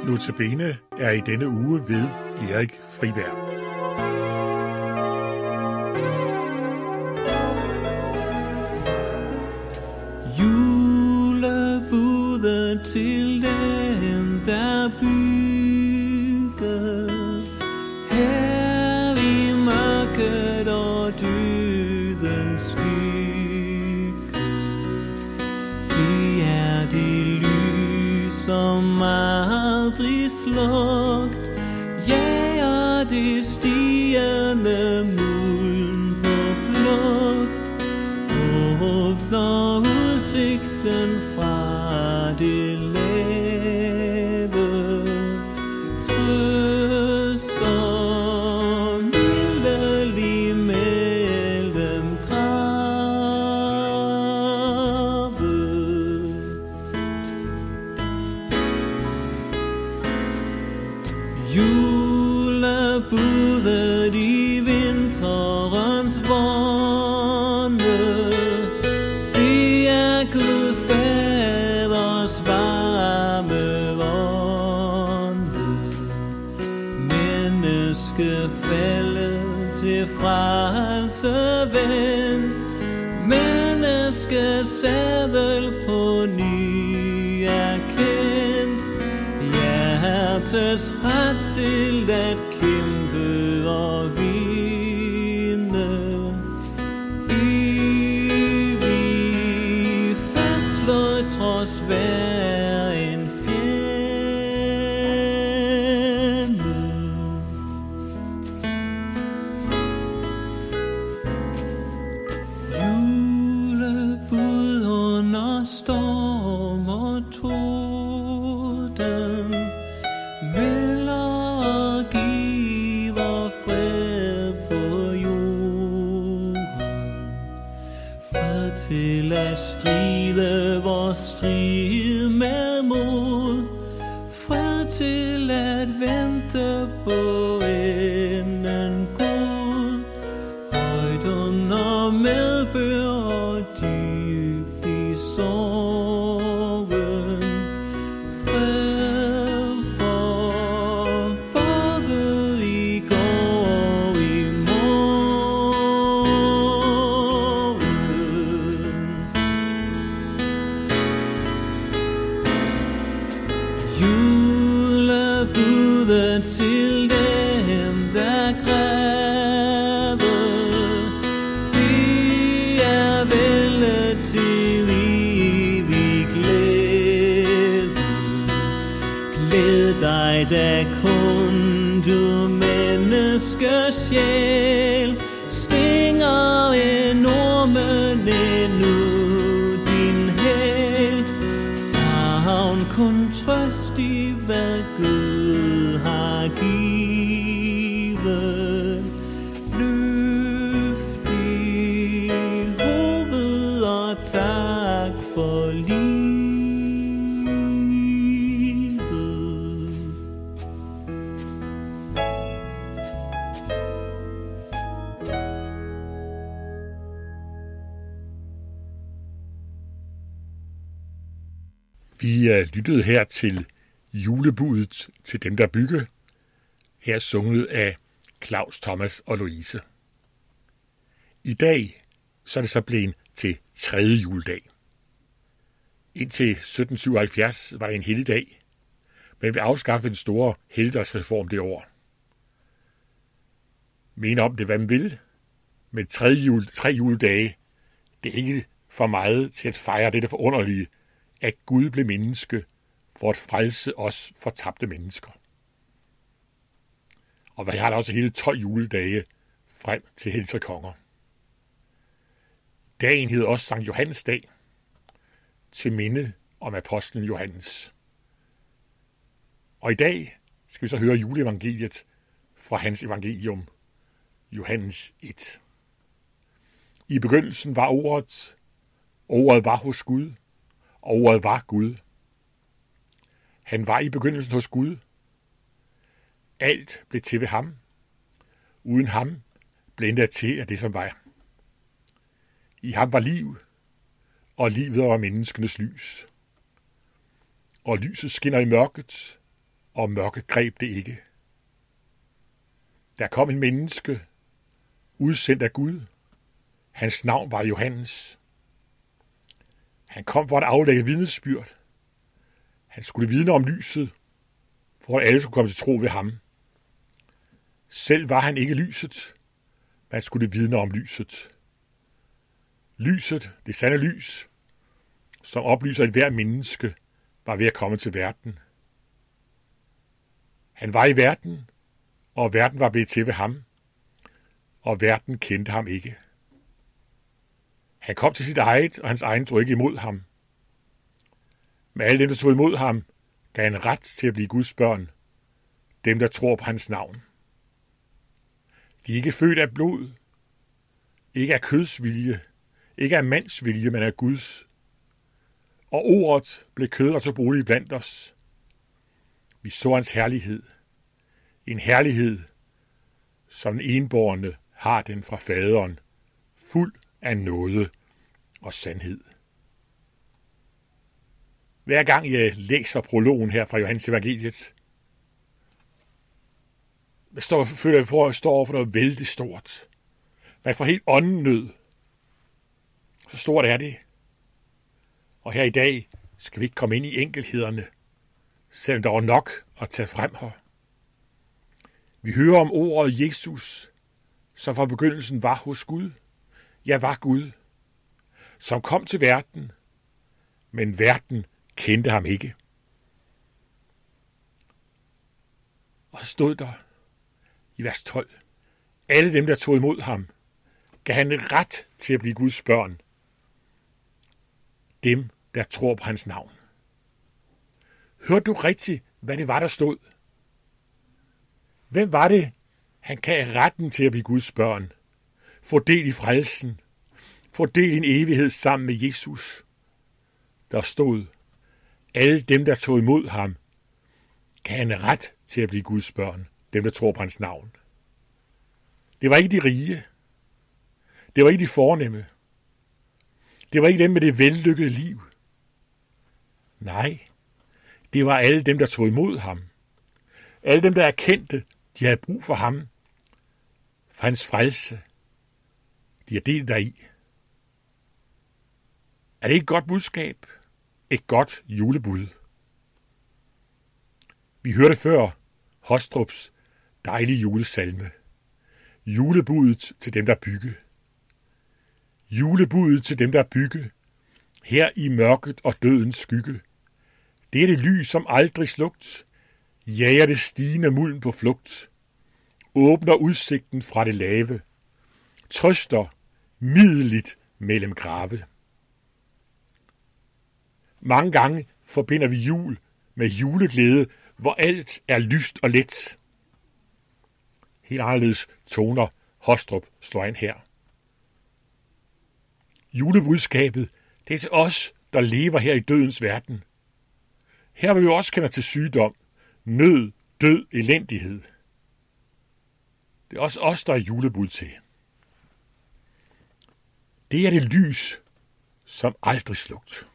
Notabene er i denne uge ved Erik Friberg. Julebudet til dem, der bygger her i mørket og dødens skygge. Det er det lys, som aldrig slugt, ja, og det stigende mulm på flugt, åbner udsigten fra det lave. Trøster mildelig mellem grave. Julebudet i vinterens vorne, det er Gud Faders varme ånde. Menneske faldet til frelse vendt, menneskets sadel på ny erkendt, hjertets ret til at kæmpe og vinde. Evig fastslået trods hver en fjende. Julebud under storm og torden, melder og giver fred på jorden. Fred til at stride vores strid med mod, fred til at vente på enden god, højt under medbør og dybt i sorgen. Fred for både i går og i morgen. Julebudet til dem, der græder, det er vældet til evig glæde. Glæd dig da kun, du menneskers sjæl, stinger en ormen endnu din helt. Favn kun trøst i hvad Gud har givet. Løft i hovedet og tak for livet. Vi er lyttet her til Julebudet til dem, der bygger, her sunget af Claus, Thomas og Louise. I dag så er det så blevet til 3. juledag. Indtil 1777 var det en helligdag, men vi afskaffede den store helligdagsreform det år. Mener om det, hvad man vil, men 3 juledage, det er ikke for meget til at fejre det forunderlige, at Gud blev menneske for at frelse os fortabte mennesker. Og vi har da også hele 12 juledage frem til helsekonger. Dagen hedder også Sankt Johannes dag, til minde om apostlen Johannes. Og i dag skal vi så høre juleevangeliet fra hans evangelium, Johannes 1. I begyndelsen var ordet, ordet var hos Gud, og ordet var Gud. Han var i begyndelsen hos Gud. Alt blev til ved ham. Uden ham blev intet til af det, som var. I ham var liv, og livet var menneskenes lys. Og lyset skinner i mørket, og mørke greb det ikke. Der kom en menneske, udsendt af Gud. Hans navn var Johannes. Han kom for at aflægge vidnesbyrd. Han skulle vidne om lyset, for at alle skulle komme til tro ved ham. Selv var han ikke lyset, men han skulle vidne om lyset. Lyset, det sande lys, som oplyser et hver menneske, var ved at komme til verden. Han var i verden, og verden var blevet til ved ham, og verden kendte ham ikke. Han kom til sit eget, og hans egen tog ikke imod ham. Men alle dem, der tog imod ham, gav han ret til at blive Guds børn, dem, der tror på hans navn. De er ikke født af blod, ikke af kødsvilje, ikke af mandsvilje, men af Guds. Og ordet blev kød og tog bolig blandt os. Vi så hans herlighed. En herlighed, som den enbårne har den fra faderen, fuld af nåde og sandhed. Hver gang jeg læser prologen her fra Johannes evangeliet, føler jeg for at stå over for noget vældig stort. Man får helt åndenød. Så stort er det. Og her i dag skal vi ikke komme ind i enkelthederne, selvom der var nok at tage frem her. Vi hører om ordet Jesus, som fra begyndelsen var hos Gud. Ja, var Gud, som kom til verden, men verden kendte ham ikke. Og så stod der i vers 12, alle dem, der tog imod ham, gav han ret til at blive Guds børn. Dem, der tror på hans navn. Hørte du rigtigt, hvad det var, der stod? Hvem var det, han gav retten til at blive Guds børn? Få del i frelsen. Få del i en evighed sammen med Jesus. Der stod, alle dem, der tog imod ham, gav han ret til at blive Guds børn. Dem, der tror på hans navn. Det var ikke de rige. Det var ikke de fornemme. Det var ikke dem med det vellykkede liv. Nej, det var alle dem, der tog imod ham. Alle dem, der erkendte, de havde brug for ham. For hans frelse. De har delt deri. Er det ikke et godt budskab? Et godt julebud. Vi hørte før Hostrups dejlige julesalme. Julebudet til dem, der bygge. Julebudet til dem, der bygge. Her i mørket og dødens skygge. Det er det lys, som aldrig slugt. Jager det stigende mulden på flugt. Åbner udsigten fra det lave. Trøster middeligt mellem grave. Mange gange forbinder vi jul med juleglæde, hvor alt er lyst og let. Helt anderledes toner Hostrup slår ind her. Julebudskabet, det er til os, der lever her i dødens verden. Her vil vi også kende til sygdom, nød, død, elendighed. Det er også os, der er julebud til. Det er det lys, som aldrig slugt.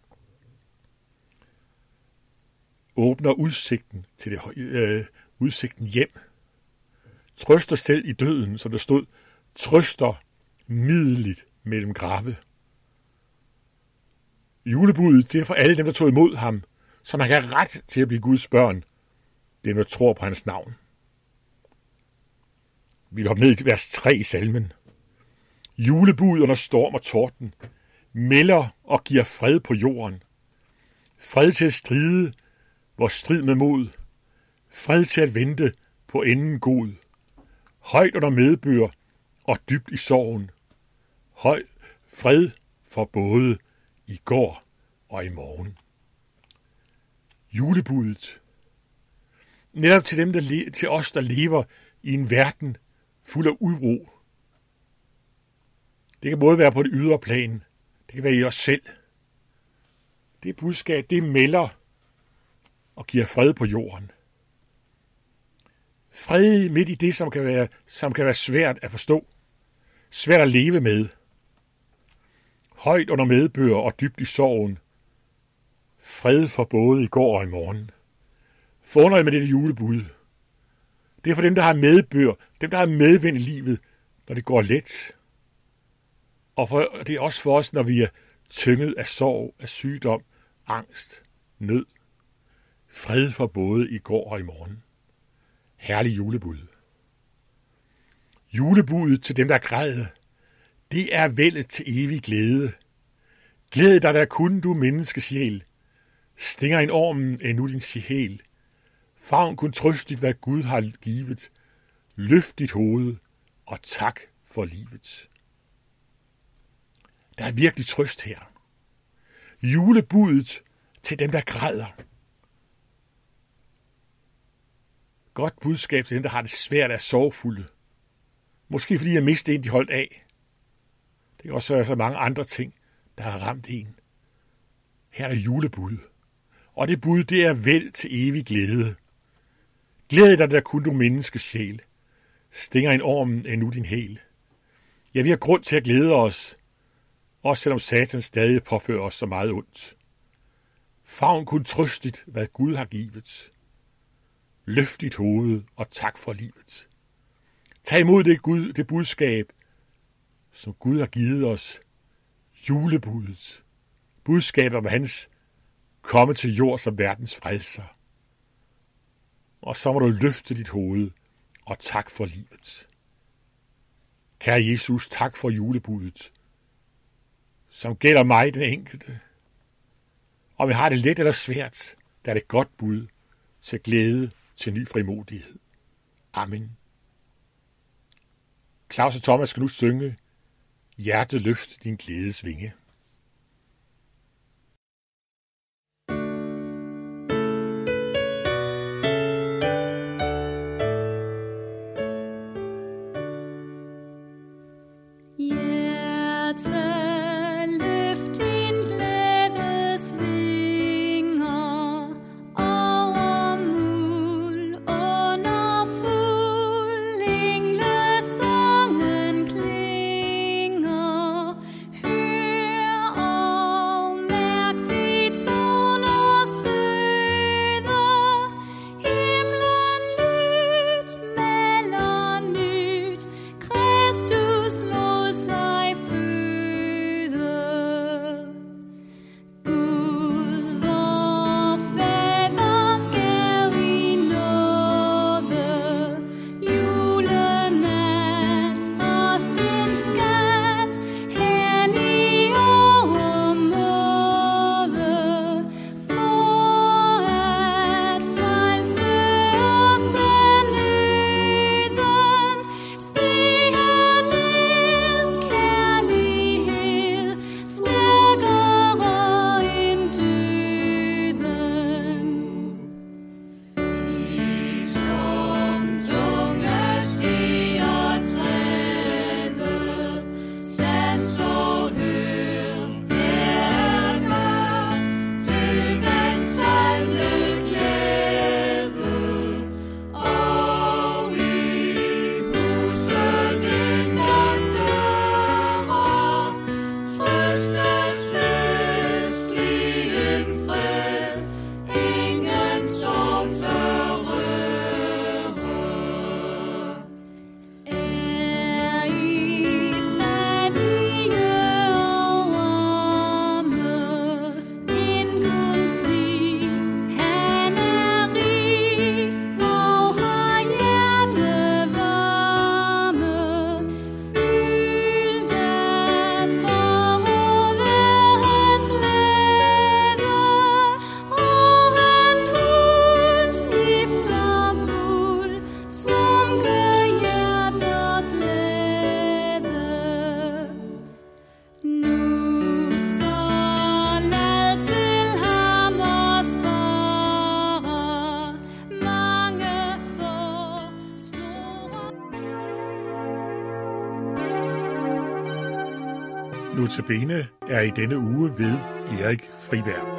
Åbner udsigten til det udsigten hjem. Trøster selv i døden, som der stod, trøster middeligt mellem grave. Julebuddet, det er for alle dem, der tog imod ham, så man kan have ret til at blive Guds børn, dem, der tror på hans navn. Vi hopper ned til vers 3 i salmen. Julebud under storm og torden, melder og giver fred på jorden. Fred til at stride, hvor strid med mod. Fred til at vente på enden god. Højt under medbør og dybt i sorgen. Fred for både i går og i morgen. Julebudet. Netop til dem, til os, der lever i en verden fuld af uro. Det kan både være på det ydre plan, det kan være i os selv. Det budskab, det melder og giver fred på jorden. Fred midt i det, som kan være svært at forstå, svært at leve med. Højt under medbør og dybt i sorgen. Fred for både i går og i morgen. Forunderligt med dette julebud. Det er for dem, der har medbør, dem, der har medvind i livet, når det går let. Og det er også for os, når vi er tynget af sorg, af sygdom, angst, nød. Fred for både i går og i morgen. Herlig julebud. Julebudet til dem, der græder, det er vældet til evig glæde. Glæd dig, der kun du menneskesjæl. Stinger en ormen endnu din sjæl. Favn kun trøstigt, hvad Gud har givet. Løft dit hoved, og tak for livet. Der er virkelig trøst her. Julebudet til dem, der græder. Godt budskab til dem, der har det svært af sorgfulde. Måske fordi jeg mistede en, de holdt af. Det kan også være så mange andre ting, der har ramt en. Her er julebud. Og det bud, det er vel til evig glæde. Glæd dig, der kun du menneskes sjæl. Stinger en ormen endnu din hæl. Ja, vi har grund til at glæde os, også selvom Satan stadig påfører os så meget ondt. Favn kun trøstigt, hvad Gud har givet. Løft dit hoved, og tak for livet. Tag imod det budskab, som Gud har givet os. Julebudet. Budskabet om hans komme til jord som verdens frelser. Og så må du løfte dit hoved, og tak for livet. Kære Jesus, tak for julebudet, som gælder mig, den enkelte. Om jeg har det let eller svært, der er det godt bud til glæde, til ny frimodighed. Amen. Claus og Thomas skal nu synge Hjerte løft din glædes vinge. Notabene er i denne uge ved Erik Friberg.